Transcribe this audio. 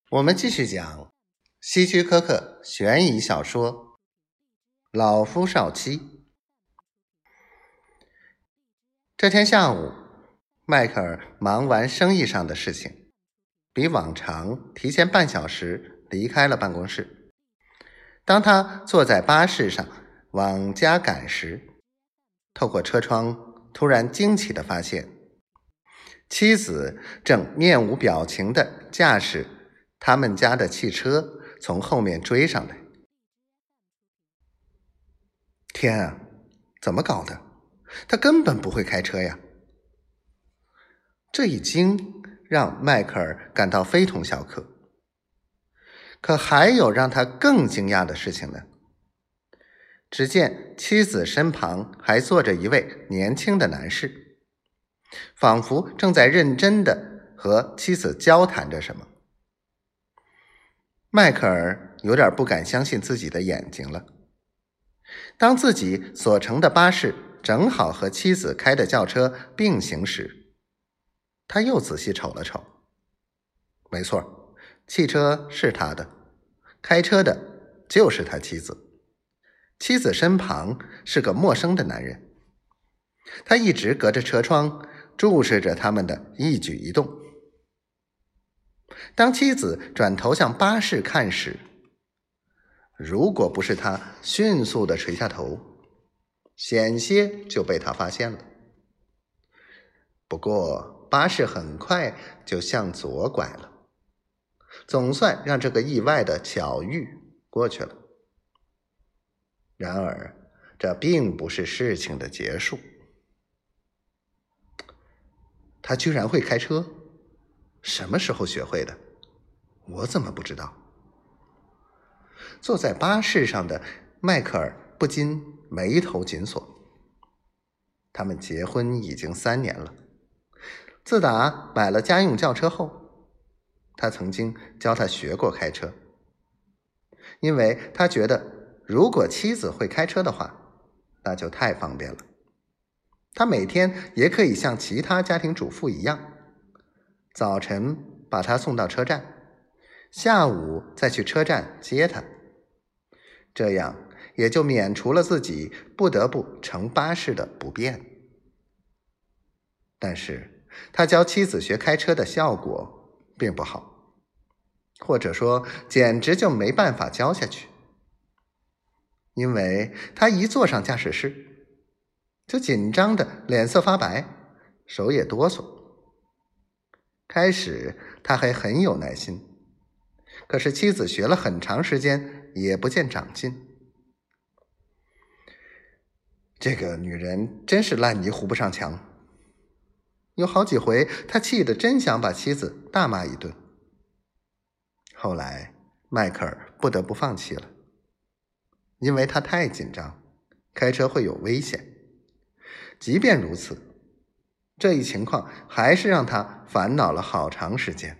我们继续讲希区柯克悬疑小说《老夫少妻》。这天下午，迈克尔忙完生意上的事情，比往常提前半小时离开了办公室。当他坐在巴士上往家赶时，透过车窗突然惊奇地发现，妻子正面无表情地驾驶他们家的汽车从后面追上来。天啊，怎么搞的？他根本不会开车呀！这一惊让迈克尔感到非同小可。可还有让他更惊讶的事情呢。只见妻子身旁还坐着一位年轻的男士，仿佛正在认真地和妻子交谈着什么。迈克尔有点不敢相信自己的眼睛了。当自己所乘的巴士正好和妻子开的轿车并行时，他又仔细瞅了瞅。没错，汽车是他的，开车的就是他妻子。妻子身旁是个陌生的男人，他一直隔着车窗注视着他们的一举一动。当妻子转头向巴士看时，如果不是他迅速地垂下头，险些就被他发现了。不过巴士很快就向左拐了，总算让这个意外的巧遇过去了。然而这并不是事情的结束。他居然会开车，什么时候学会的？我怎么不知道？坐在巴士上的迈克尔不禁眉头紧锁。他们结婚已经3年了，自打买了家用轿车后，他曾经教他学过开车，因为他觉得如果妻子会开车的话，那就太方便了。他每天也可以像其他家庭主妇一样，早晨把她送到车站，下午再去车站接她，这样也就免除了自己不得不乘巴士的不便。但是他教妻子学开车的效果并不好，或者说简直就没办法教下去。因为他一坐上驾驶室，就紧张的脸色发白，手也哆嗦。开始他还很有耐心，可是妻子学了很长时间也不见长进。这个女人真是烂泥糊不上墙。有好几回他气得真想把妻子大骂一顿。后来迈克尔不得不放弃了，因为他太紧张，开车会有危险。即便如此，这一情况还是让他烦恼了好长时间。